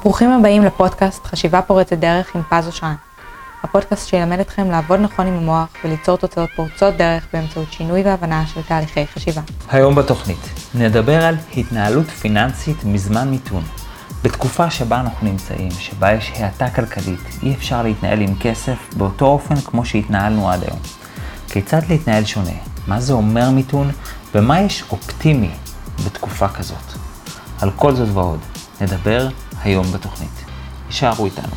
ברוכים הבאים לפודקאסט חשיבה פורצת דרך עם פז אושרן. הפודקאסט שילמד אתכם לעבוד נכון עם המוח וליצור תוצאות פורצות דרך באמצעות שינוי והבנה של תהליכי חשיבה. היום בתוכנית נדבר על התנהלות פיננסית מזמן מיתון. בתקופה שבה אנחנו נמצאים, שבה יש האטה כלכלית, אי אפשר להתנהל עם כסף באותו אופן כמו שהתנהלנו עד היום. כיצד להתנהל שונה? מה זה אומר מיתון? ומה יש אופטימי בתקופה כזאת? על כל זאת ועוד נדבר היום בתוכנית. יישארו איתנו.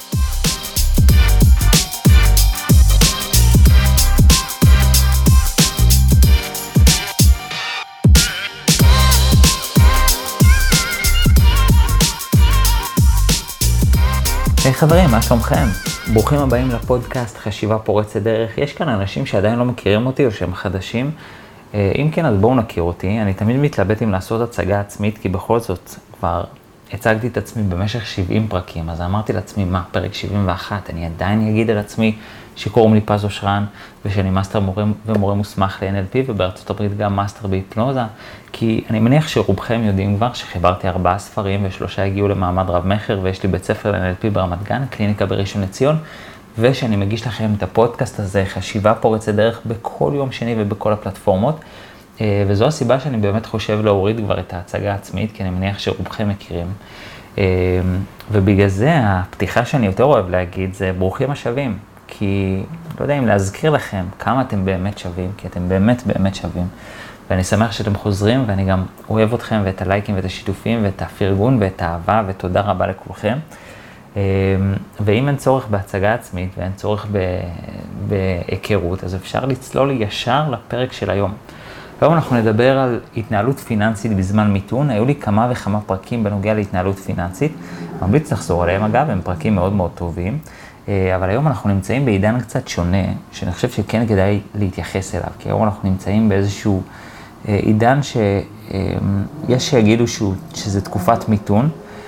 היי חברים, מה שלומכם? ברוכים הבאים לפודקאסט חשיבה פורצת דרך. יש כאן אנשים שעדיין לא מכירים אותי או שהם חדשים. אם כן, אז בואו נכיר אותי. אני תמיד מתלבט אם לעשות הצגה עצמית, כי בכל זאת כבר הצגתי את עצמי במשך 70 פרקים. אז אמרתי לעצמי, מה, פרק 71, אני עדיין אגיד על עצמי שקוראים לי פז אושרן, ושאני מאסטר ומורה מוסמך ל-NLP, ובארצות הברית גם מאסטר בהיפנוזה, כי אני מניח שרובכם יודעים כבר שחיברתי 4 ספרים, ו3 הגיעו למעמד רב מחר, ויש לי בית ספר ל-NLP ברמת גן, קליניקה בראשון לציון, ושאני מגיש לכם את הפודקאסט הזה, חשיבה פורצת דרך, בכל יום שני ובכל הפלטפורמות, וזו הסיבה שאני באמת חושב להוריד כבר את ההצגה העצמית, כי אני מניח שרובכם מכירים. ובגלל זה הפתיחה שאני יותר אוהב להגיד זה ברוכים השווים, כי לא יודע אם להזכיר לכם כמה אתם באמת שווים, כי אתם באמת באמת שווים. ואני שמח שאתם חוזרים, ואני גם אוהב אתכם ואת הלייקים ואת השיתופים ואת הפרגון ואת האהבה, ותודה רבה לכולכם. ואם אין צורך בהצגה עצמית ואין צורך בהיכרות, אז אפשר לצלול ישר לפרק של היום. היום אנחנו נדבר על התנהלות פיננסית בזמן מיתון. היו לי כמה וכמה פרקים בנוגע להתנהלות פיננסית. ממליץ לחזור עליהם, אגב, הם פרקים מאוד מאוד טובים. אבל היום אנחנו נמצאים בעידן קצת שונה, שאני חושב שכן כדאי להתייחס אליו. כי היום אנחנו נמצאים באיזשהו עידן שיש שיגידו שזה תקופת מיתון.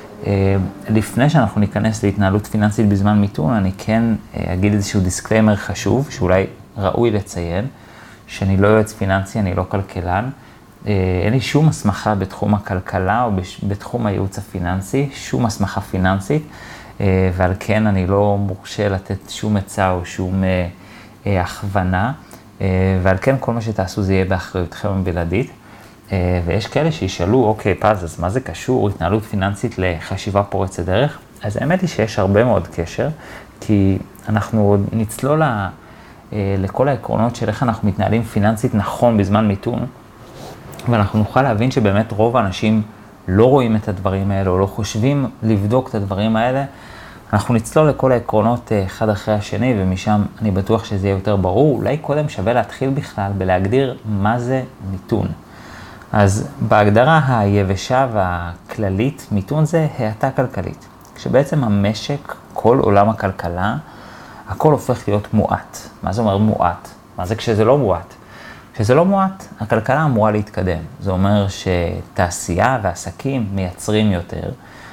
לפני שאנחנו ניכנס להתנהלות פיננסית בזמן מיתון, אני כן אגיד איזשהו דיסקליימר חשוב, שאולי ראוי לציין, שאני לא יועץ פיננסי, אני לא כלכלן. אין לי שום הסמכה בתחום הכלכלה או בתחום הייעוץ הפיננסי, שום הסמכה פיננסית, ועל כן אני לא מורשה לתת שום עצה או שום הכוונה, ועל כן כל מה שתעשו זה יהיה באחריותכם הבלעדית. ויש כאלה שישאלו, אוקיי, פז, אז מה זה קשור, התנהלות פיננסית לחשיבה פורצת דרך? אז האמת היא שיש הרבה מאוד קשר, כי אנחנו נצלול לכל העקרונות של איך אנחנו מתנהלים פיננסית נכון בזמן מיתון, ואנחנו נוכל להבין שבאמת רוב האנשים לא רואים את הדברים האלה, או לא חושבים לבדוק את הדברים האלה. אנחנו נצלול לכל העקרונות אחד אחרי השני, ומשם אני בטוח שזה יהיה יותר ברור. אולי קודם שווה להתחיל בכלל בלהגדיר מה זה מיתון. אז בהגדרה היבשה והכללית, מיתון זה האטה כלכלית. כשבעצם המשק, כל עולם הכלכלה, הכל הופך להיות מועט. מה זה אומר מועט? מה זה כשזה לא מועט? כשזה לא מועט, הכלכלה אמורה להתקדם. זה אומר שתעשייה ועסקים מייצרים יותר,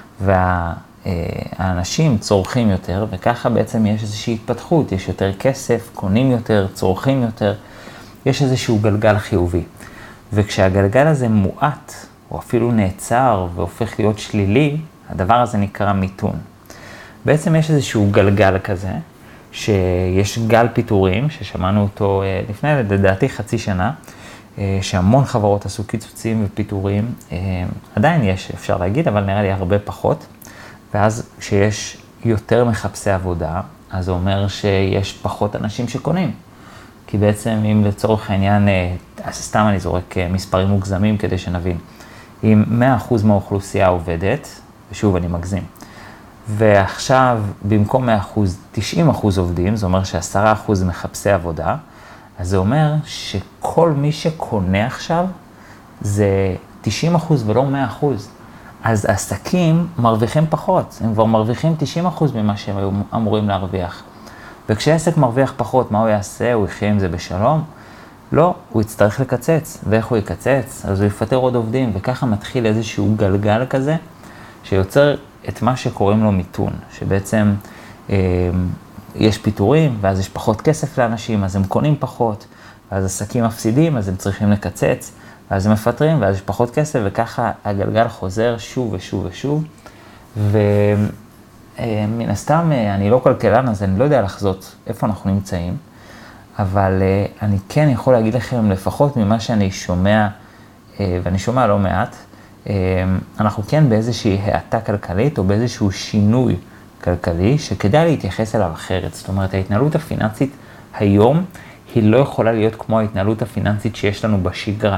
והאנשים צורכים יותר, וככה בעצם יש איזושהי התפתחות, יש יותר כסף, קונים יותר, צורכים יותר, יש איזשהו גלגל חיובי. וכשהגלגל הזה מועט, או אפילו נעצר והופך להיות שלילי, הדבר הזה נקרא מיתון. בעצם יש איזשהו גלגל כזה, שיש גל פיטורים, ששמענו אותו לפני, לדעתי חצי שנה, שהמון חברות עשו קיצוצים ופיטורים, עדיין יש, אפשר להגיד, אבל נראה לי הרבה פחות. ואז כשיש יותר מחפשי עבודה, אז זה אומר שיש פחות אנשים שקונים. כי בעצם אם לצורך העניין, סתם אני זורק מספרים מוגזמים כדי שנבין, אם 100% מהאוכלוסייה עובדת, ושוב אני מגזים, ועכשיו במקום 100%, 90% עובדים, זה אומר ש10% מחפשי עבודה, אז זה אומר שכל מי שקונה עכשיו זה 90% ולא 100%. אז עסקים מרוויחים פחות, הם כבר מרוויחים 90% ממה שהם היו אמורים להרוויח. וכשעסק מרוויח פחות, מה הוא יעשה? הוא יחיה עם זה בשלום? לא, הוא יצטרך לקצץ. ואיך הוא יקצץ? אז הוא יפטר עוד עובדים, וככה מתחיל איזשהו גלגל כזה, שיוצר את מה שקוראים לו מיתון, שבעצם יש פיטורים, ואז יש פחות כסף לאנשים, אז הם קונים פחות, ואז עסקים מפסידים, אז הם צריכים לקצץ, ואז הם מפטרים, ואז יש פחות כסף, וככה הגלגל חוזר שוב ושוב ושוב, ומן הסתם אני לא כלכלן, אז אני לא יודע לחזות איפה אנחנו נמצאים, אבל אני כן יכול להגיד לכם, לפחות ממה שאני שומע, ואני שומע לא מעט, אנחנו כן באיזושהי האטה כלכלית או באיזשהו שינוי כלכלי שכדאי להתייחס אליו אחרת. זאת אומרת, ההתנהלות הפיננסית היום היא לא יכולה להיות כמו ההתנהלות הפיננסית שיש לנו בשגרה.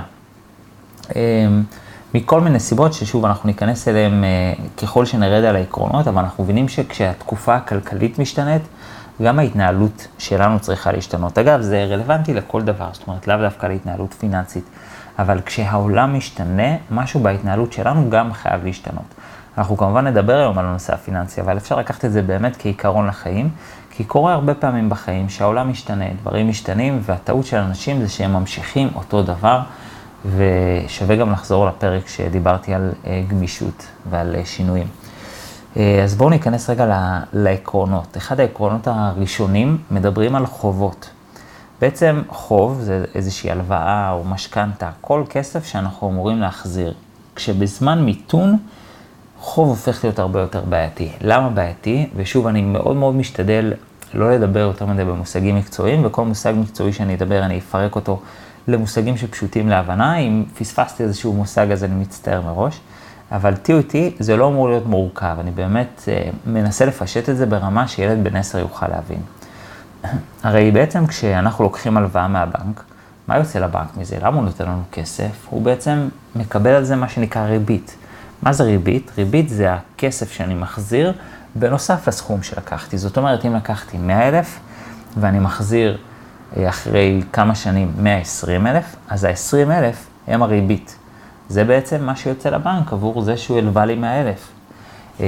מכל מיני סיבות ששוב אנחנו ניכנס אליהם ככל שנרד על העקרונות, אבל אנחנו מבינים שכשהתקופה הכלכלית משתנית, גם ההתנהלות שלנו צריכה להשתנות. אגב, זה רלוונטי לכל דבר, זאת אומרת, לאו דווקא להתנהלות פיננסית. אבל כשהעולם משתנה, משהו בהתנהלות שלנו גם חייב להשתנות. אנחנו כמובן נדבר היום על הנושא הפיננסי, אבל אפשר לקחת את זה באמת כעיקרון לחיים, כי קורה הרבה פעמים בחיים שהעולם משתנה, דברים משתנים, והטעות של אנשים זה שהם ממשיכים אותו דבר, ושווה גם לחזור לפרק שדיברתי על גמישות ועל שינויים. אז בואו ניכנס רגע לעקרונות. אחד העקרונות הראשונים מדברים על חובות. בעצם חוב זה איזושהי הלוואה או משכנתה, כל כסף שאנחנו אמורים להחזיר. כשבזמן מיתון, חוב הופך להיות הרבה יותר בעייתי. למה בעייתי? ושוב, אני מאוד מאוד משתדל לא לדבר יותר מדי במושגים מקצועיים, וכל מושג מקצועי שאני אדבר, אני אפרק אותו למושגים שפשוטים להבנה. אם פספסתי איזשהו מושג, אז אני מצטער מראש. אבל תהיו איתי, זה לא אמור להיות מורכב. אני באמת מנסה לפשט את זה ברמה שילד בן 10 יוכל להבין. הרי בעצם כשאנחנו לוקחים הלוואה מהבנק, מה יוצא לבנק מזה? למה הוא נותן לנו כסף? הוא בעצם מקבל על זה מה שנקרא ריבית. מה זה ריבית? ריבית זה הכסף שאני מחזיר בנוסף לסכום שלקחתי. זאת אומרת, אם לקחתי 100,000 ואני מחזיר אחרי כמה שנים 120,000, אז ה-20,000 הם הריבית. זה בעצם מה שיוצא לבנק עבור זה שהוא הלווה לי 100,000.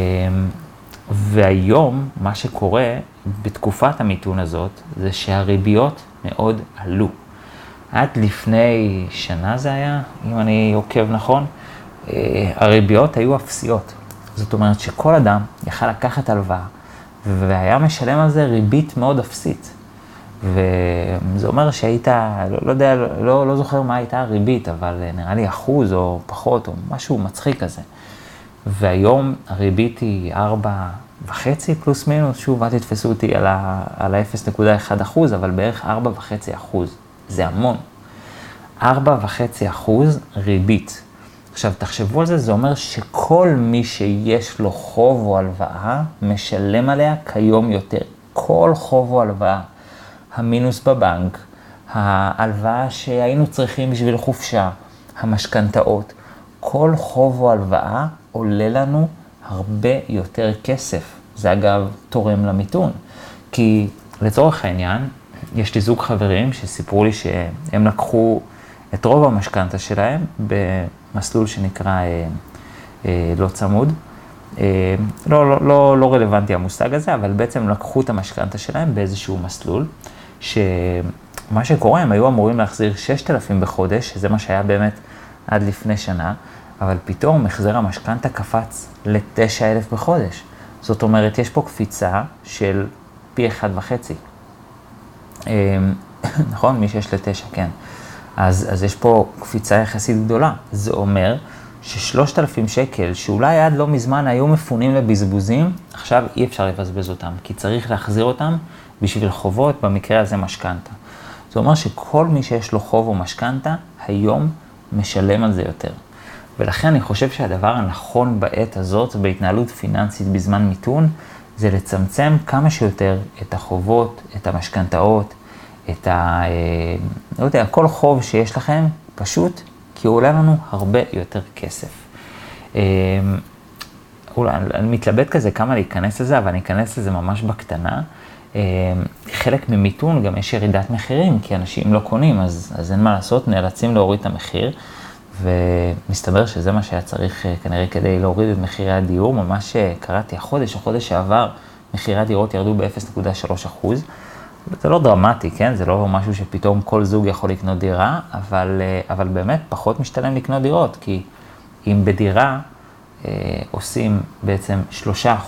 והיום מה שקורה בתקופת המיתון הזאת זה שהריביות מאוד עלו. עד לפני שנה זה היה, אם אני עוקב נכון, הריביות היו אפסיות. זאת אומרת שכל אדם יכל לקחת הלוואה והיה משלם על זה ריבית מאוד אפסית. וזה אומר שהיית, לא יודע, לא זוכר מה הייתה הריבית, אבל נראה לי 1% או פחות או משהו מצחיק כזה. והיום הריבית היא 4.5 פלוס מינוס, שוב, אל תתפסו אותי על ה-0.1%, אבל בערך 4.5%. זה המון. 4.5% ריבית. עכשיו, תחשבו על זה, זה אומר שכל מי שיש לו חוב או הלוואה, משלם עליה כיום יותר. כל חוב או הלוואה. המינוס בבנק, ההלוואה שהיינו צריכים בשביל חופשה, המשכנתאות, כל חוב או הלוואה עולה לנו הרבה יותר כסף. זה אגב תורם למיתון. כי לצורך העניין, יש לי זוג חברים שסיפרו לי שהם לקחו את רוב המשכנתה שלהם במסלול שנקרא לא צמוד. לא רלוונטי המושג הזה, אבל בעצם לקחו את המשכנתה שלהם באיזשהו מסלול, שמה שקורה, הם היו אמורים להחזיר 6,000 בחודש, שזה מה שהיה באמת עד לפני שנה, אבל פתאום החזר המשכנתה קפץ ל9,000 בחודש. זאת אומרת, יש פה קפיצה של פי 1.5. נכון? מי שיש ל9, כן. אז יש פה קפיצה יחסית גדולה. זה אומר ש3,000 שקל, שאולי עד לא מזמן היו מפונים לבזבוזים, עכשיו אי אפשר לבזבז אותם, כי צריך להחזיר אותם בשביל חובות, במקרה הזה משכנתה. זה אומר שכל מי שיש לו חוב או משכנתה, היום משלם על זה יותר. ולכן אני חושב שהדבר הנכון בעת הזאת, בהתנהלות פיננסית בזמן מיתון, זה לצמצם כמה שיותר את החובות, את המשכנתאות, את לא יודע, כל חוב שיש לכם, פשוט כי הוא עולה לנו הרבה יותר כסף. אני מתלבט כזה כמה להיכנס לזה, אבל אני אכנס לזה ממש בקטנה. חלק ממיתון גם יש ירידת מחירים, כי אנשים לא קונים, אז אין מה לעשות, נאלצים להוריד את המחיר, ומסתבר שזה מה שהיה צריך כנראה כדי להוריד את מחירי הדיור. ממש קראתי החודש שעבר, מחירי הדירות ירדו ב-0.3%. זה לא דרמטי, כן? זה לא משהו שפתאום כל זוג יכול לקנות דירה, אבל באמת פחות משתלם לקנות דירות, כי אם בדירה עושים בעצם 3%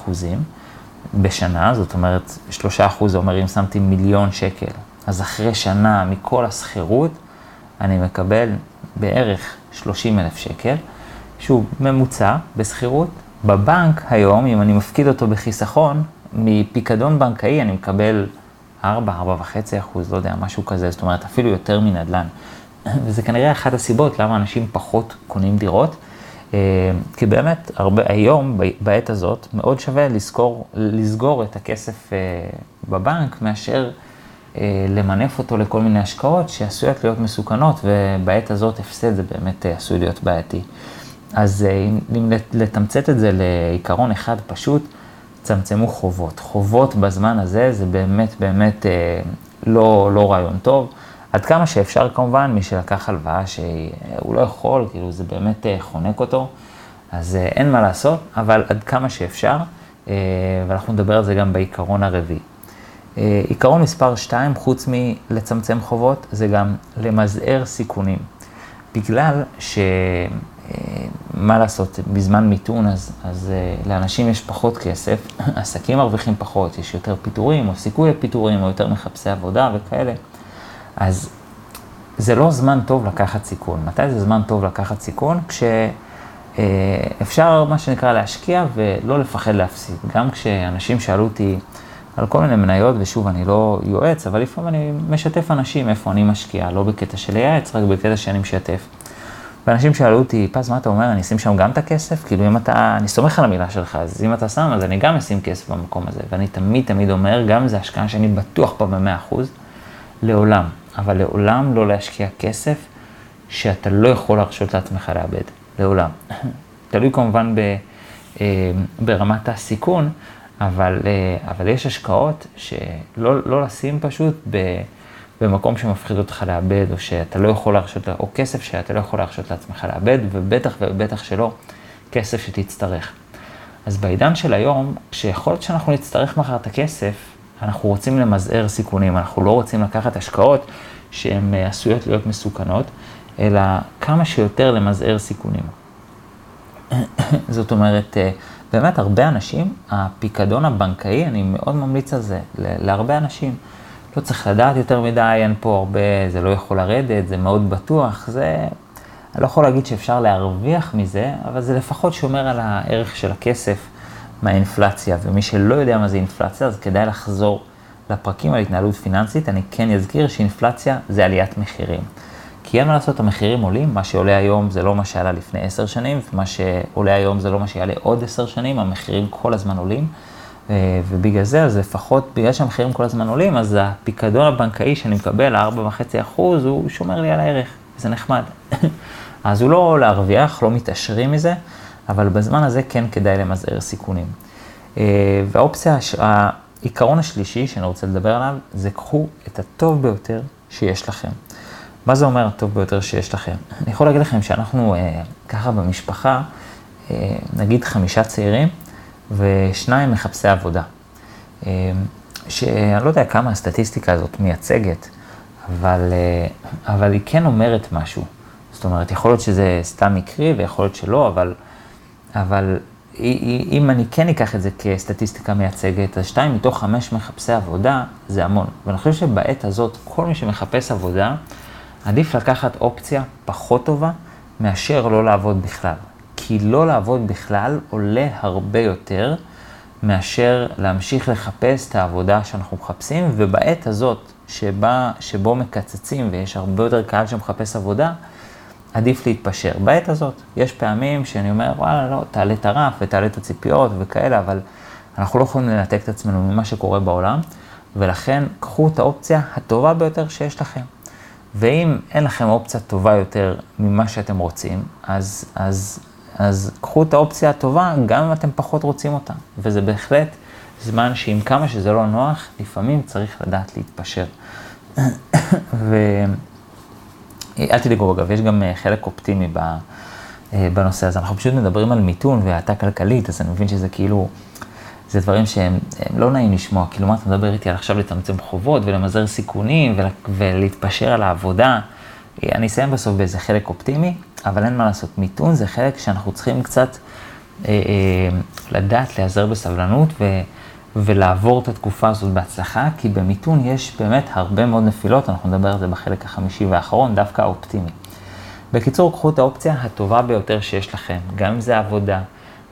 בשנה, זאת אומרת 3% אומר אם שמתי 1,000,000 שקל, אז אחרי שנה מכל הסחירות אני מקבל בערך 30,000 שקל, שוב ממוצע בסחירות, בבנק היום, אם אני מפקיד אותו בחיסכון, מפיקדון בנקאי אני מקבל 4.5%, לא יודע, משהו כזה, זאת אומרת, אפילו יותר מנדל"ן. וזה כנראה אחת הסיבות למה אנשים פחות קונים דירות, כי באמת היום, בעת הזאת, מאוד שווה לסגור את הכסף בבנק, מאשר למנף אותו לכל מיני השקעות שעשויות להיות מסוכנות, ובעת הזאת הפסד זה באמת עשוי להיות בעייתי. אז אם לתמצת את זה לעיקרון אחד פשוט, צמצמו חובות. חובות בזמן הזה זה באמת לא רעיון טוב. עד כמה שאפשר כמובן, מי שלקח הלוואה שהוא לא יכול, כאילו זה באמת חונק אותו, אז אין מה לעשות, אבל עד כמה שאפשר, ואנחנו נדבר על זה גם בעיקרון הרביעי. עיקרון מספר 2, חוץ מלצמצם חובות, זה גם למזער סיכונים. בגלל מה לעשות, בזמן מיתון, אז לאנשים יש פחות כסף, עסקים מרוויחים פחות, יש יותר פיטורים, או סיכוי לפיטורים, או יותר מחפשי עבודה וכאלה. אז זה לא זמן טוב לקחת סיכון. מתי זה זמן טוב לקחת סיכון? כשאפשר מה שנקרא להשקיע ולא לפחד להפסיד. גם כשאנשים שאלו אותי על כל מיני מניות, ושוב, אני לא יועץ, אבל לפעמים אני משתף אנשים איפה אני משקיע, לא בקטע של לייעץ, רק בקטע שאני משתף. ואנשים שאלו אותי, פז, מה אתה אומר? אני אשים שם גם את הכסף? כאילו, אני סומך על המילה שלך, אז אם אתה שם, אז אני גם אשים כסף במקום הזה. ואני תמיד אומר, גם זה השקעה שאני בטוח פה ב100%, לעולם. אבל לעולם לא להשקיע כסף שאתה לא יכול להרשות לעצמך לאבד. לעולם. תלוי כמובן ברמת הסיכון, אבל יש השקעות שלא לשים פשוט במקום שמפחיד אותך לאבד, או שאתה לא יכול להרשות, או כסף שאתה לא יכול להרשות לעצמך לאבד, ובטח שלא כסף שתצטרך. אז בעידן של היום, כשיכול להיות שאנחנו נצטרך מחר את הכסף, אנחנו רוצים למזער סיכונים, אנחנו לא רוצים לקחת השקעות שהן עשויות להיות מסוכנות, אלא כמה שיותר למזער סיכונים. זאת אומרת, באמת הרבה אנשים, הפיקדון הבנקאי, אני מאוד ממליץ על זה, להרבה אנשים. לא צריך לדעת יותר מדי, אין פה הרבה, זה לא יכול לרדת, זה מאוד בטוח, אני לא יכול להגיד שאפשר להרוויח מזה, אבל זה לפחות שומר על הערך של הכסף מהאינפלציה, ומי שלא יודע מה זה אינפלציה, אז כדאי לחזור לפרקים על התנהלות פיננסית. אני כן אזכיר שאינפלציה זה עליית מחירים. כי אין מה לעשות, המחירים עולים, מה שעולה היום זה לא מה שעלה לפני 10 שנים, ומה שעולה היום זה לא מה שיעלה עוד 10 שנים, המחירים כל הזמן עולים, ובגלל זה, אז לפחות בגלל שהמחירים כל הזמן עולים, אז הפיקדון הבנקאי שאני מקבל, 4.5%, הוא שומר לי על הערך, וזה נחמד. אז הוא לא להרוויח, לא מתעשרים מזה, אבל בזמן הזה כן כדאי למזער סיכונים. והאופציה, העיקרון השלישי שאני רוצה לדבר עליו, זה קחו את הטוב ביותר שיש לכם. מה זה אומר הטוב ביותר שיש לכם? אני יכול להגיד לכם שאנחנו ככה במשפחה, נגיד 5 צעירים, ו2 מחפשי עבודה. שאני לא יודע כמה הסטטיסטיקה הזאת מייצגת, אבל היא כן אומרת משהו. זאת אומרת, יכול להיות שזה סתם מקרי, ויכול להיות שלא, אבל אם אני כן אקח את זה כסטטיסטיקה מייצגת, אז 2 מתוך 5 מחפשי עבודה זה המון. ואני חושב שבעת הזאת, כל מי שמחפש עבודה, עדיף לקחת אופציה פחות טובה, מאשר לא לעבוד בכלל. כי לא לעבוד בכלל עולה הרבה יותר, מאשר להמשיך לחפש את העבודה שאנחנו מחפשים, ובעת הזאת שבו מקצצים ויש הרבה יותר קהל שמחפש עבודה, עדיף להתפשר. בעת הזאת יש פעמים שאני אומר, וואלה, לא, תעלה את הרף ותעלה את הציפיות וכאלה, אבל אנחנו לא יכולים לנתק את עצמנו ממה שקורה בעולם, ולכן קחו את האופציה הטובה ביותר שיש לכם. ואם אין לכם אופציה טובה יותר ממה שאתם רוצים, אז קחו את האופציה הטובה גם אם אתם פחות רוצים אותה. וזה בהחלט זמן שעם כמה שזה לא נוח, לפעמים צריך לדעת להתפשר. אל תדאגו, אגב, יש גם חלק אופטימי בנושא הזה. אנחנו פשוט מדברים על מיתון והאטה כלכלית, אז אני מבין שזה כאילו, זה דברים שהם לא נעים לשמוע. כאילו, מה אתה מדבר איתי על עכשיו לצמצם חובות ולמזער סיכונים ולהתפשר על העבודה? אני אסיים בסוף באיזה חלק אופטימי, אבל אין מה לעשות. מיתון זה חלק שאנחנו צריכים קצת לדעת, להיעזר בסבלנות ולעבור את התקופה הזאת בהצלחה, כי במיתון יש באמת הרבה מאוד נפילות, אנחנו נדבר על זה בחלק החמישי והאחרון, דווקא האופטימי. בקיצור, קחו את האופציה הטובה ביותר שיש לכם, גם אם זה עבודה,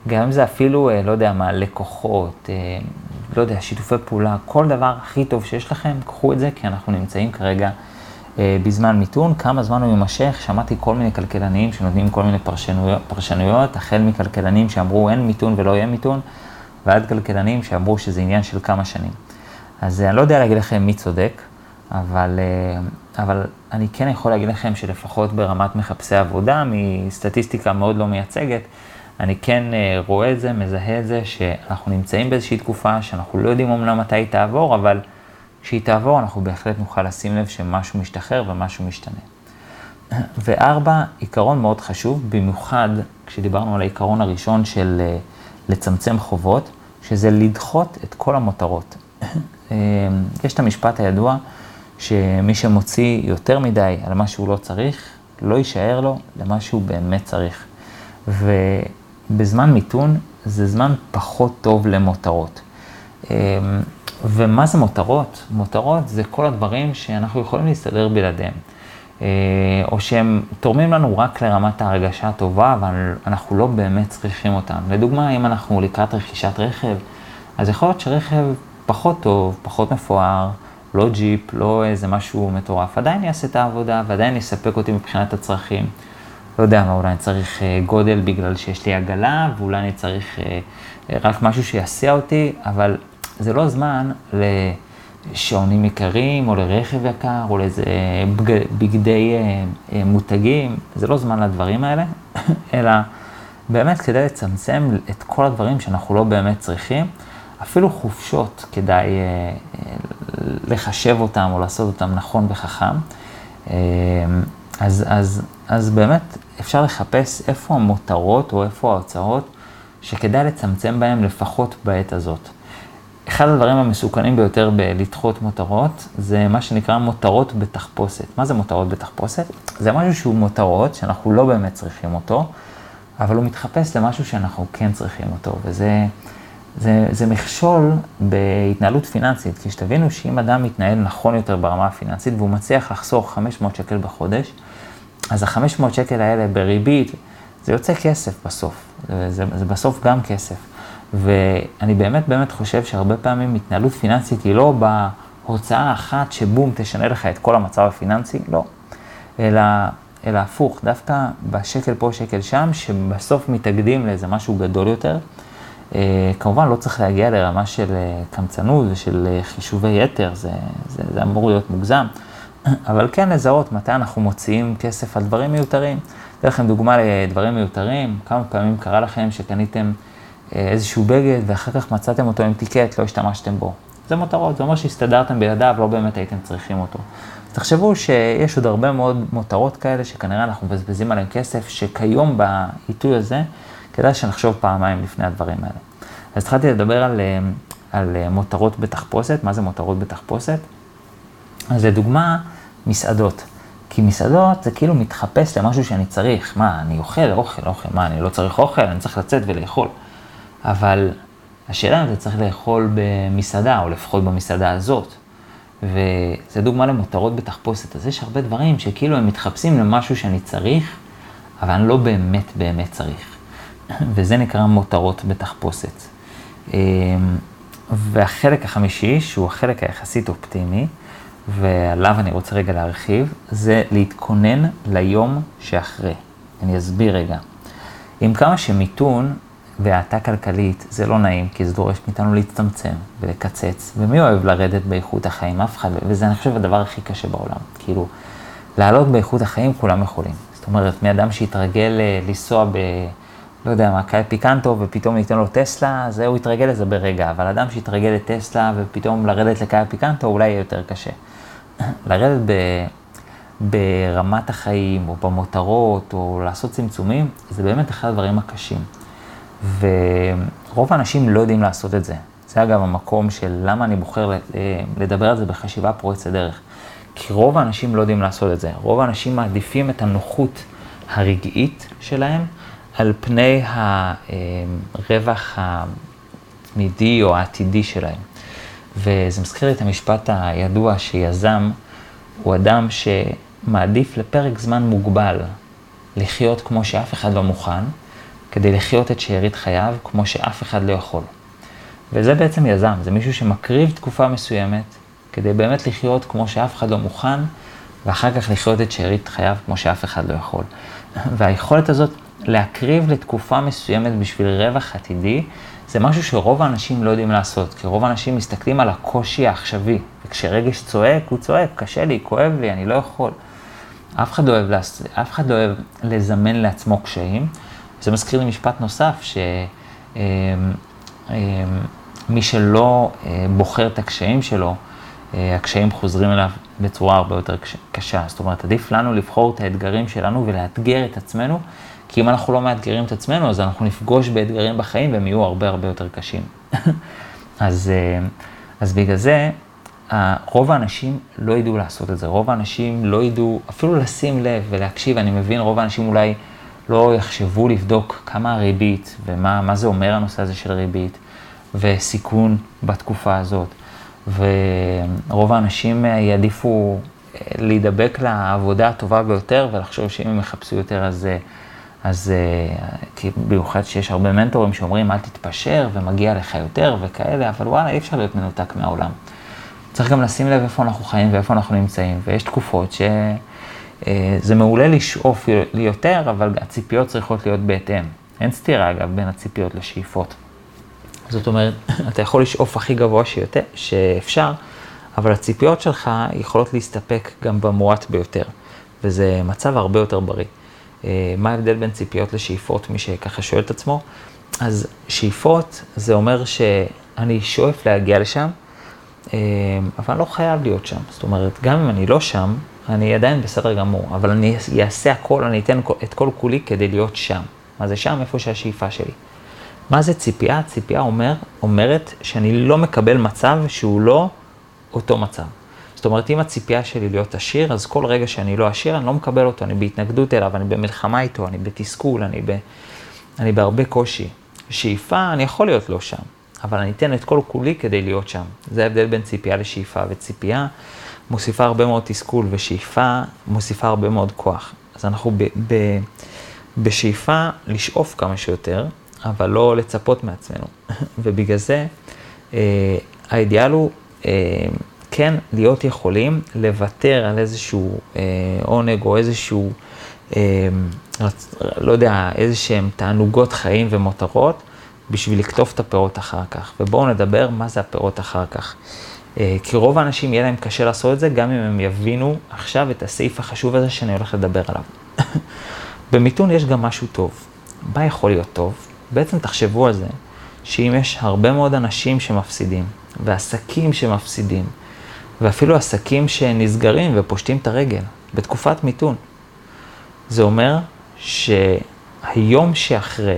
גם אם זה אפילו, לא יודע מה, לקוחות, לא יודע, שיתופי פעולה, כל דבר הכי טוב שיש לכם, קחו את זה, כי אנחנו נמצאים כרגע בזמן מיתון. כמה זמן הוא יימשך? שמעתי כל מיני כלכלנים שנותנים כל מיני פרשנויות, החל מכלכלנים שאמרו אין מיתון ולא יהיה מיתון, ועד כלכלנים שאמרו שזה עניין של כמה שנים. אז אני לא יודע להגיד לכם מי צודק, אבל אני כן יכול להגיד לכם שלפחות ברמת מחפשי עבודה, מסטטיסטיקה מאוד לא מייצגת, אני כן רואה את זה, מזהה את זה, שאנחנו נמצאים באיזושהי תקופה שאנחנו לא יודעים אומנם מתי היא תעבור, אבל כשהיא תעבור אנחנו בהחלט נוכל לשים לב שמשהו משתחרר ומשהו משתנה. 4, עיקרון מאוד חשוב, במיוחד כשדיברנו על העיקרון הראשון של לצמצם חובות, שזה לדחות את כל המותרות. יש את המשפט הידוע, שמי שמוציא יותר מדי על מה שהוא לא צריך, לא יישאר לו למה שהוא באמת צריך. ובזמן מיתון זה זמן פחות טוב למותרות. ומה זה מותרות? מותרות זה כל הדברים שאנחנו יכולים להסתדר בלעדיהם. או שהם תורמים לנו רק לרמת ההרגשה הטובה, אבל אנחנו לא באמת צריכים אותם. לדוגמה, אם אנחנו לקראת רכישת רכב, אז יכול להיות שרכב פחות טוב, פחות מפואר, לא ג'יפ, לא איזה משהו מטורף, עדיין יעשה את העבודה ועדיין יספק אותי מבחינת הצרכים. לא יודע מה, אולי אני צריך גודל בגלל שיש לי עגלה, ואולי אני צריך רק משהו שיעשה אותי, אבל זה לא זמן לשעונים יקרים, או לרכב יקר, או לאיזה בגדי מותגים, זה לא זמן לדברים האלה, אלא באמת כדי לצמצם את כל הדברים שאנחנו לא באמת צריכים, אפילו חופשות כדאי לחשב אותם או לעשות אותם נכון וחכם. אז באמת אפשר לחפש איפה המותרות או איפה ההוצאות שכדאי לצמצם בהם לפחות בעת הזאת. אחד הדברים המסוכנים ביותר בלדחות מותרות זה מה שנקרא מותרות בתחפושת. מה זה מותרות בתחפושת? זה משהו שהוא מותרות שאנחנו לא באמת צריכים אותו, אבל הוא מתחפש למשהו שאנחנו כן צריכים אותו, וזה זה מכשול בהתנהלות פיננסית, כי שתבינו שאם אדם מתנהל נכון יותר ברמה הפיננסית, והוא מצליח לחסוך 500 שקל בחודש, אז ה-500 שקל האלה בריבית, זה יוצא כסף בסוף, זה בסוף גם כסף. ואני באמת חושב שהרבה פעמים התנהלות פיננסית היא לא בהוצאה אחת שבום תשנה לך את כל המצב הפיננסי, לא. אלא הפוך, דווקא בשקל פה, שקל שם, שבסוף מתאגדים לאיזה משהו גדול יותר. כמובן לא צריך להגיע לרמה של קמצנות ושל חישובי יתר, זה אמור להיות מוגזם, אבל כן לזהות מתי אנחנו מוציאים כסף על דברים מיותרים. אתן לכם דוגמה לדברים מיותרים, כמה פעמים קרה לכם שקניתם איזשהו בגד ואחר כך מצאתם אותו עם טיקט, לא השתמשתם בו. זה מותרות, זה אומר שהסתדרתם בידיו, לא באמת הייתם צריכים אותו. אז תחשבו שיש עוד הרבה מאוד מותרות כאלה שכנראה אנחנו מבזבזים עליהם כסף, שכיום בעיתוי הזה כדאי שנחשוב פעמיים לפני הדברים האלה. אז התחלתי לדבר על מותרות בתחפושת. מה זה מותרות בתחפושת? אז לדוגמה, מסעדות. כי מסעדות זה כאילו מתחפש למשהו שאני צריך. מה, אני אוכל, מה, אני לא צריך אוכל, אני צריך לצאת ולאכול. אבל השאלה אם אתה צריך לאכול במסעדה, או לפחות במסעדה הזאת. וזה דוגמה למותרות בתחפושת. אז יש הרבה דברים שכאילו הם מתחפשים למשהו שאני צריך, אבל אני לא באמת צריך. וזה נקרא מותרות בתחפושת. והחלק החמישי, שהוא החלק היחסית אופטימי, ועליו אני רוצה רגע להרחיב, זה להתכונן ליום שאחרי. אני אסביר רגע. עם כמה שמיתון והאטה כלכלית זה לא נעים, כי זה דורש מאיתנו להצטמצם ולקצץ, ומי אוהב לרדת באיכות החיים? אף אחד, וזה אני חושב הדבר הכי קשה בעולם. כאילו, לעלות באיכות החיים כולם יכולים. זאת אומרת, מאדם שהתרגל לנסוע לא יודע מה, קאי פיקנטו ופתאום ניתן לו טסלה, זה הוא יתרגל לזה ברגע, אבל אדם שהתרגל לטסלה ופתאום לרדת לקאי פיקנטו אולי יהיה יותר קשה. לרדת ברמת החיים או במותרות או לעשות צמצומים, זה באמת אחד הדברים הקשים. ורוב האנשים לא יודעים לעשות את זה. זה אגב המקום של למה אני בוחר לדבר על זה בחשיבה פורצת דרך. כי רוב האנשים לא יודעים לעשות את זה. רוב האנשים מעדיפים את הנוחות הרגעית שלהם, על פני הרווח התמידי או העתידי שלהם. וזה מזכיר לי את המשפט הידוע שיזם הוא אדם שמעדיף לפרק זמן מוגבל לחיות כמו שאף אחד לא מוכן, כדי לחיות את שארית חייו כמו שאף אחד לא יכול. וזה בעצם יזם, זה מישהו שמקריב תקופה מסוימת, כדי באמת לחיות כמו שאף אחד לא מוכן, ואחר כך לחיות את שארית חייו כמו שאף אחד לא יכול. והיכולת הזאת להקריב לתקופה מסוימת בשביל רווח עתידי, זה משהו שרוב האנשים לא יודעים לעשות, כי רוב האנשים מסתכלים על הקושי העכשווי, וכשרגש צועק, הוא צועק, קשה לי, כואב לי, אני לא יכול. אף אחד לא אוהב לזמן לעצמו קשיים. זה מזכיר לי משפט נוסף, שמי שלא בוחר את הקשיים שלו, הקשיים חוזרים אליו בצורה הרבה יותר קשה. זאת אומרת, עדיף לנו לבחור את האתגרים שלנו ולאתגר את עצמנו, כי אם אנחנו לא מאתגרים את עצמנו, אז אנחנו נפגוש באתגרים בחיים והם יהיו הרבה הרבה יותר קשים. אז בגלל זה, רוב האנשים לא ידעו לעשות את זה. רוב האנשים לא ידעו אפילו לשים לב ולהקשיב. אני מבין, רוב האנשים אולי לא יחשבו לבדוק כמה הריבית ומה זה אומר הנושא הזה של ריבית וסיכון בתקופה הזאת. ורוב האנשים יעדיפו להידבק לעבודה הטובה ביותר ולחשוב שאם הם יחפשו יותר אז במיוחד שיש הרבה מנטורים שאומרים אל תתפשר ומגיע לך יותר וכאלה, אבל וואלה, אי אפשר להיות מנותק מהעולם. צריך גם לשים לב איפה אנחנו חיים ואיפה אנחנו נמצאים, ויש תקופות שזה מעולה לשאוף ליותר, אבל הציפיות צריכות להיות בהתאם. אין סתירה אגב בין הציפיות לשאיפות. זאת אומרת, אתה יכול לשאוף הכי גבוה שאפשר, אבל הציפיות שלך יכולות להסתפק גם במועט ביותר, וזה מצב הרבה יותר בריא. מה ההבדל בין ציפיות לשאיפות, מי שככה שואל את עצמו? אז שאיפות זה אומר שאני שואף להגיע לשם, אבל אני לא חייב להיות שם. זאת אומרת, גם אם אני לא שם, אני עדיין בסדר גמור, אבל אני אעשה הכל, אני אתן את כל כולי כדי להיות שם. מה זה שם? איפה שהשאיפה שלי. מה זה ציפייה? ציפייה אומרת שאני לא מקבל מצב שהוא לא אותו מצב. זאת אומרת, אם הציפייה שלי להיות עשיר, אז כל רגע שאני לא עשיר, אני לא מקבל אותו, אני בהתנגדות אליו, אני במלחמה איתו, אני בתסכול, אני בהרבה קושי. שאיפה, אני יכול להיות לא שם, אבל אני אתן את כל כולי כדי להיות שם. זה ההבדל בין ציפייה לשאיפה, וציפייה מוסיפה הרבה מאוד תסכול, ושאיפה מוסיפה הרבה מאוד כוח. אז אנחנו בשאיפה לשאוף כמה שיותר, אבל לא לצפות מעצמנו. ובגלל זה, האידיאל הוא כן להיות יכולים לוותר על איזשהו עונג או איזשהו, לא יודע, איזשהם תענוגות חיים ומותרות, בשביל לקטוף את הפירות אחר כך. ובואו נדבר מה זה הפירות אחר כך. כי רוב האנשים יהיה להם קשה לעשות את זה, גם אם הם יבינו עכשיו את הסעיף החשוב הזה שאני הולך לדבר עליו. במיתון יש גם משהו טוב. מה יכול להיות טוב? בעצם תחשבו על זה, שאם יש הרבה מאוד אנשים שמפסידים, ועסקים שמפסידים, ואפילו עסקים שנסגרים ופושטים את הרגל בתקופת מיתון, זה אומר שהיום שאחרי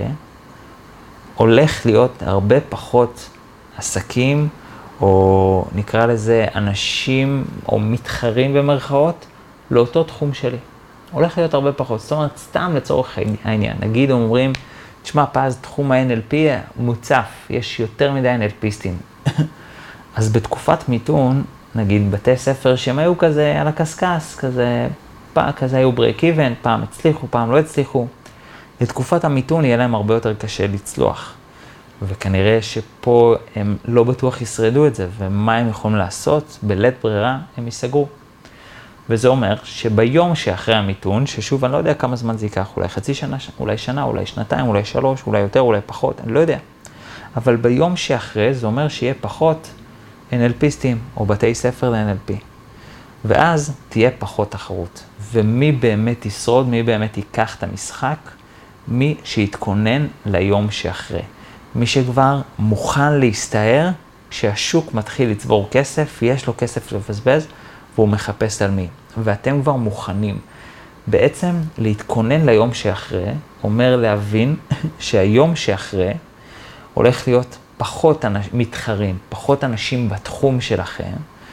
הולך להיות הרבה פחות עסקים, או נקרא לזה אנשים או מתחרים במרכאות, לאותו תחום שלי. הולך להיות הרבה פחות. זאת אומרת, סתם לצורך העניין. נגיד אומרים, תשמע, פז, תחום ה-NLP מוצף, יש יותר מדי NLPיסטים. אז בתקופת מיתון, נגיד בתי ספר שהם היו כזה על הקסקס, פעם כזה היו break even, פעם הצליחו, פעם לא הצליחו. לתקופת המיתון יהיה להם הרבה יותר קשה לצלוח. וכנראה שפה הם לא בטוח ישרדו את זה, ומה הם יכולים לעשות? בלית ברירה הם ייסגרו. וזה אומר שביום שאחרי המיתון, ששוב אני לא יודע כמה זמן זה ייקח, אולי חצי שנה, אולי שנה, אולי שנתיים, אולי 3, אולי יותר, אולי פחות, אני לא יודע. אבל ביום שאחרי זה אומר שיהיה פחות NLPיסטים או בתי ספר ל-NLP. ואז תהיה פחות תחרות. ומי באמת ישרוד, מי באמת ייקח את המשחק? מי שיתכונן ליום שאחרי. מי שכבר מוכן להסתער, כשהשוק מתחיל לצבור כסף, יש לו כסף לבזבז, והוא מחפש על מי. ואתם כבר מוכנים. בעצם להתכונן ליום שאחרי, אומר להבין שהיום שאחרי הולך להיות פחות מתחרים, פחות אנשים בתחום שלכם,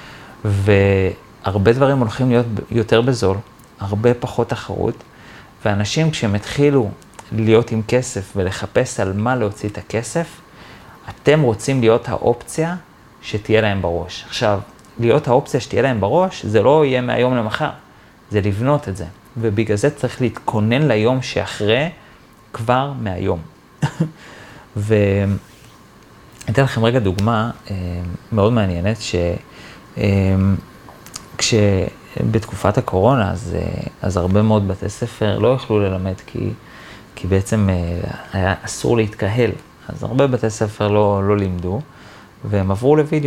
והרבה דברים הולכים להיות יותר בזול, הרבה פחות תחרות, ואנשים כשהם התחילו להיות עם כסף ולחפש על מה להוציא את הכסף, אתם רוצים להיות האופציה שתהיה להם בראש. עכשיו, להיות האופציה שתהיה להם בראש, זה לא יהיה מהיום למחר, זה לבנות את זה. ובגלל זה צריך להתכונן ליום שאחרי כבר מהיום. ואני אתן לכם רגע דוגמה מאוד מעניינת, כשבתקופת הקורונה, אז הרבה מאוד בתי ספר לא יכלו ללמד, כי בעצם היה אסור להתקהל. אז הרבה בתי ספר לא לימדו, והם עברו לוידאו.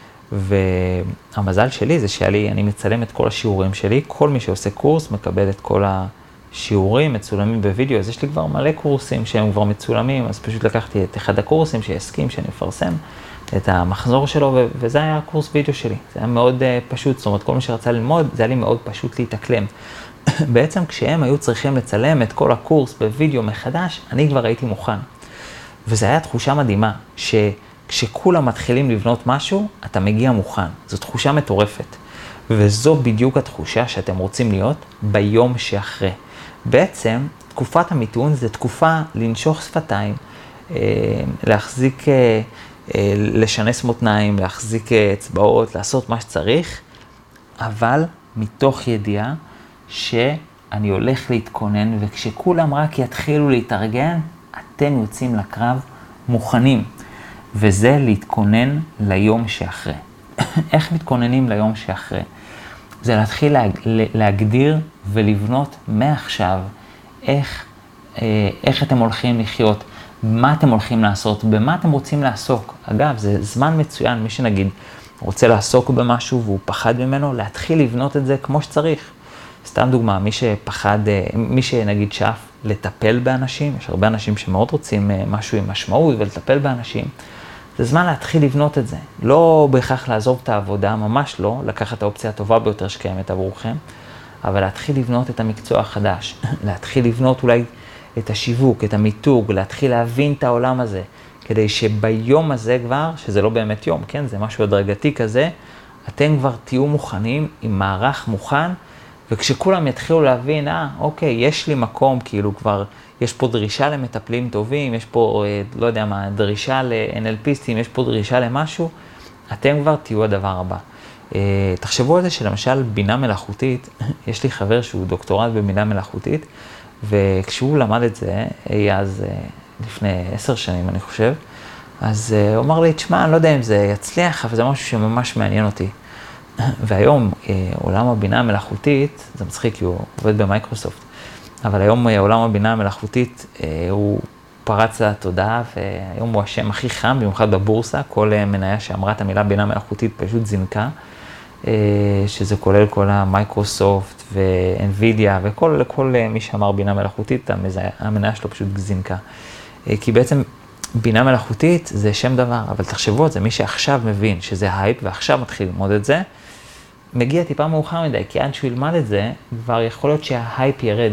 והמזל שלי זה אני מצלם את כל השיעורים שלי, כל מי שעושה קורס מקבל את כל השיעורים מצולמים בוידאו, אז יש לי כבר מלא קורסים שהם כבר מצולמים, אז פשוט לקחתי את אחד הקורסים שהסכים שאני אפרסם את המחזור שלו, וזה היה הקורס וידאו שלי. זה היה מאוד פשוט, זאת אומרת, כל מי שרצה ללמוד, זה היה לי מאוד פשוט להתאקלם. בעצם כשהם היו צריכים לצלם את כל הקורס בוידאו מחדש, אני כבר הייתי מוכן. וזו הייתה תחושה מדהימה, כשכולם מתחילים לבנות משהו, אתה מגיע מוכן. זו תחושה מטורפת. וזו בדיוק התחושה שאתם רוצים להיות ביום שאחרי. בעצם, תקופת המיתון זה תקופה לנשוך שפתיים, להחזיק, לשנס מותניים, להחזיק אצבעות, לעשות מה שצריך, אבל מתוך ידיעה שאני הולך להתכונן, וכשכולם רק יתחילו להתארגן, אתם יוצאים לקרב מוכנים. וזה להתכונן ליום שאחרי. איך מתכוננים ליום שאחרי? זה להתחיל להגדיר ולבנות מעכשיו איך אתם הולכים לחיות, מה אתם הולכים לעשות, במה אתם רוצים לעסוק. אגב, זה זמן מצוין, מי שנגיד רוצה לעסוק במשהו והוא פחד ממנו, להתחיל לבנות את זה כמו שצריך. סתם דוגמה, מי שנגיד שאף לטפל באנשים, יש הרבה אנשים שמאוד רוצים משהו עם משמעות ולטפל באנשים, זה זמן להתחיל לבנות את זה. לא בהכרח לעזוב את העבודה, ממש לא, לקחת את האופציה הטובה ביותר שקיימת עבורכם, אבל להתחיל לבנות את המקצוע החדש, להתחיל לבנות אולי את השיווק, את המיתוג, להתחיל להבין את העולם הזה, כדי שביום הזה כבר, שזה לא באמת יום, כן? זה משהו הדרגתי כזה, אתם כבר תהיו מוכנים עם מערך מוכן, וכשכולם יתחילו להבין, אוקיי, יש לי מקום, כאילו כבר, יש פה דרישה למטפלים טובים, יש פה, לא יודע מה, דרישה ל-NLPיסטים, יש פה דרישה למשהו, אתם כבר תהיו הדבר הבא. תחשבו על זה שלמשל בינה מלאכותית, יש לי חבר שהוא דוקטורט בבינה מלאכותית, וכשהוא למד את זה, אז לפני 10 שנים אני חושב, אז הוא אמר לי, תשמע, אני לא יודע אם זה יצליח, אבל זה משהו שממש מעניין אותי. והיום עולם הבינה המלאכותית, זה מצחיק כי הוא עובד במייקרוסופט, אבל היום עולם הבינה המלאכותית הוא פרץ לתודעה, והיום הוא השם הכי חם, במיוחד בבורסה, כל מניה שאמרה את המילה בינה מלאכותית פשוט זינקה, שזה כולל כל המייקרוסופט ואנווידיה וכל מי שאמר בינה מלאכותית, המניה שלו פשוט זינקה. כי בעצם בינה מלאכותית זה שם דבר, אבל תחשבו את זה, מי שעכשיו מבין שזה הייפ ועכשיו מתחיל ללמוד את זה, מגיע טיפה מאוחר מדי, כי עד שהוא ילמד את זה, כבר יכול להיות שההייפ ירד.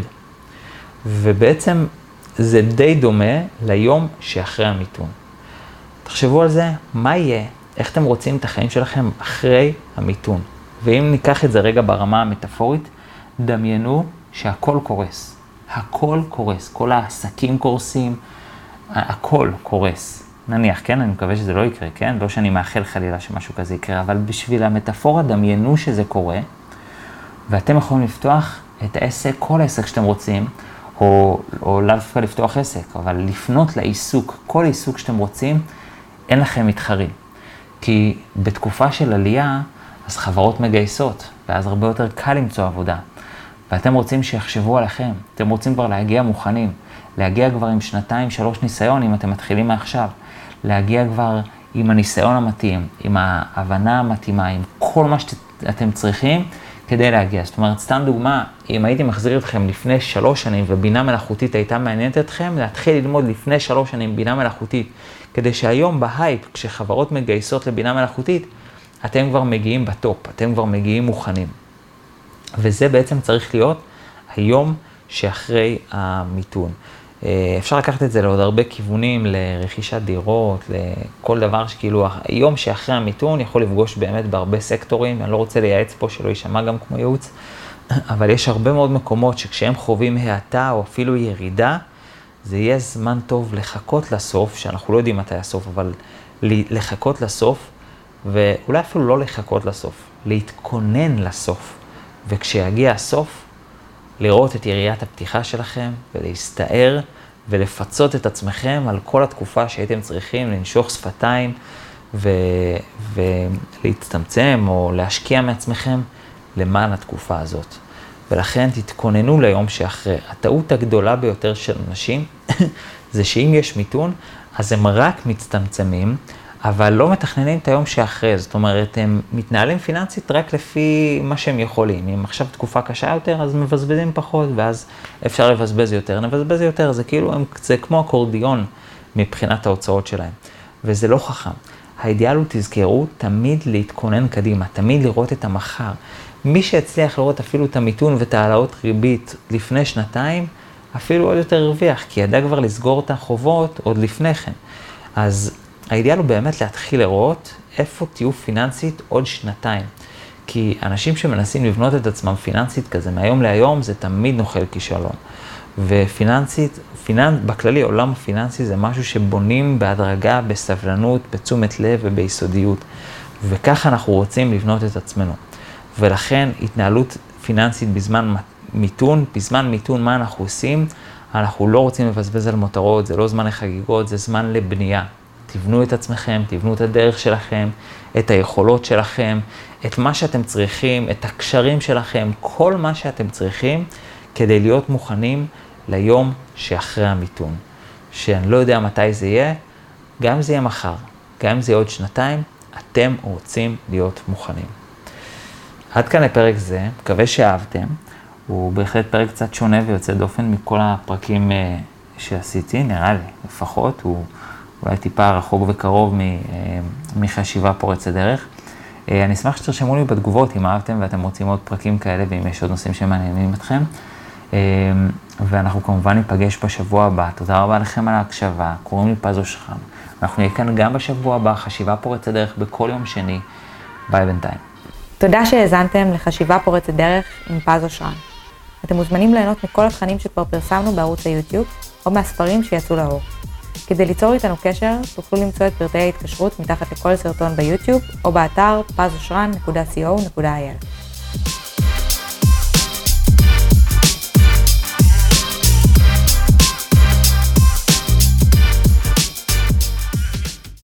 ובעצם זה די דומה ליום שאחרי המיתון. תחשבו על זה, מה יהיה, איך אתם רוצים את החיים שלכם אחרי המיתון. ואם ניקח את זה רגע ברמה המטאפורית, דמיינו שהכל קורס. הכל קורס, כל העסקים קורסים, הכל קורס. נניח, כן, אני מקווה שזה לא יקרה, כן? לא שאני מאחל חלילה שמשהו כזה יקרה, אבל בשביל המטאפורה דמיינו שזה קורה, ואתם יכולים לפתוח את העסק, כל העסק שאתם רוצים, או לאו דווקא לפתוח עסק, אבל לפנות לעיסוק, כל עיסוק שאתם רוצים, אין לכם מתחרים. כי בתקופה של עלייה, אז חברות מגייסות, ואז הרבה יותר קל למצוא עבודה. ואתם רוצים שיחשבו עליכם, אתם רוצים כבר להגיע מוכנים, להגיע כבר עם 2-3 ניסיון, אם אתם מתחילים מעכשיו, להגיע כבר עם הניסיון המתאים, עם ההבנה המתאימה, עם כל מה שאתם צריכים כדי להגיע. זאת אומרת, סתם דוגמה, אם הייתי מחזיר אתכם לפני 3 שנים ובינה מלאכותית הייתה מעניינת אתכם, להתחיל ללמוד לפני 3 שנים בינה מלאכותית, כדי שהיום בהייפ, כשחברות מגייסות לבינה מלאכותית, אתם כבר מגיעים בטופ, אתם כבר מגיעים מוכנים. וזה בעצם צריך להיות היום שאחרי המיתון. אפשר לקחת את זה לעוד הרבה כיוונים, לרכישת דירות, לכל דבר שכאילו היום שאחרי המיתון יכול לפגוש באמת בהרבה סקטורים, אני לא רוצה לייעץ פה שלא יישמע גם כמו ייעוץ, אבל יש הרבה מאוד מקומות שכשהם חווים האטה או אפילו ירידה, זה יהיה זמן טוב לחכות לסוף, שאנחנו לא יודעים מתי הסוף, אבל לחכות לסוף, ואולי אפילו לא לחכות לסוף, להתכונן לסוף, וכשיגיע הסוף, לראות את יריית הפתיחה שלכם ולהסתער ולפצות את עצמכם על כל התקופה שהייתם צריכים לנשוך שפתיים ולהצטמצם או להשקיע מעצמכם למען התקופה הזאת. ולכן תתכוננו ליום שאחרי. הטעות הגדולה ביותר של אנשים זה שאם יש מיתון, אז הם רק מצטמצמים, אבל לא מתכננים את היום שאחרי. זאת אומרת, הם מתנהלים פיננסית רק לפי מה שהם יכולים. אם עכשיו תקופה קשה יותר, אז מבזבזים פחות, ואז אפשר לבזבז יותר. נבזבז יותר, זה כאילו, זה כמו אקורדיון מבחינת ההוצאות שלהם. וזה לא חכם. האידיאל הוא, תזכרו, תמיד להתכונן קדימה, תמיד לראות את המחר. מי שהצליח לראות אפילו את המיתון ואת העלאות ריבית לפני שנתיים, אפילו עוד יותר הרוויח, כי ידע כבר לסגור את החובות עוד לפני כן. אז האידיאל הוא באמת להתחיל לראות איפה תהיו פיננסית עוד שנתיים. כי אנשים שמנסים לבנות את עצמם פיננסית כזה מהיום להיום, זה תמיד נוחל כישלון. ופיננסית, בכללי עולם הפיננסי זה משהו שבונים בהדרגה, בסבלנות, בתשומת לב וביסודיות. וככה אנחנו רוצים לבנות את עצמנו. ולכן התנהלות פיננסית בזמן מיתון, מה אנחנו עושים? אנחנו לא רוצים לבזבז על מותרות, זה לא זמן לחגיגות, זה זמן לבנייה. תבנו את עצמכם, תבנו את הדרך שלכם, את היכולות שלכם, את מה שאתם צריכים, את הקשרים שלכם, כל מה שאתם צריכים כדי להיות מוכנים ליום שאחרי המיתון. שאני לא יודע מתי זה יהיה, גם אם זה יהיה מחר, גם אם זה יהיה עוד שנתיים, אתם רוצים להיות מוכנים. עד כאן לפרק זה, מקווה שאהבתם. הוא בהחלט פרק קצת שונה ויוצא דופן מכל הפרקים שעשיתי, נראה לי, לפחות. הוא אולי טיפה רחוק וקרוב מחשיבה פורצת דרך. אני אשמח שתרשמו לי בתגובות אם אהבתם ואתם רוצים עוד פרקים כאלה, ואם יש עוד נושאים שמעניינים אתכם. ואנחנו כמובן ניפגש בשבוע הבא. תודה רבה לכם על ההקשבה. קוראים לי פז אושרן. אנחנו נהיה כאן גם בשבוע הבא, חשיבה פורצת דרך בכל יום שני. ביי בינתיים. תודה שהאזנתם לחשיבה פורצת דרך עם פז אושרן. אתם מוזמנים ליהנות מכל התכנים שכבר פרסמנו בערוץ היוטיוב, או מהספרים שיצאו לאור. כדי ליצור איתנו קשר, תוכלו למצוא את פרטי ההתקשרות מתחת לכל סרטון ביוטיוב, או באתר pazoshran.co.il.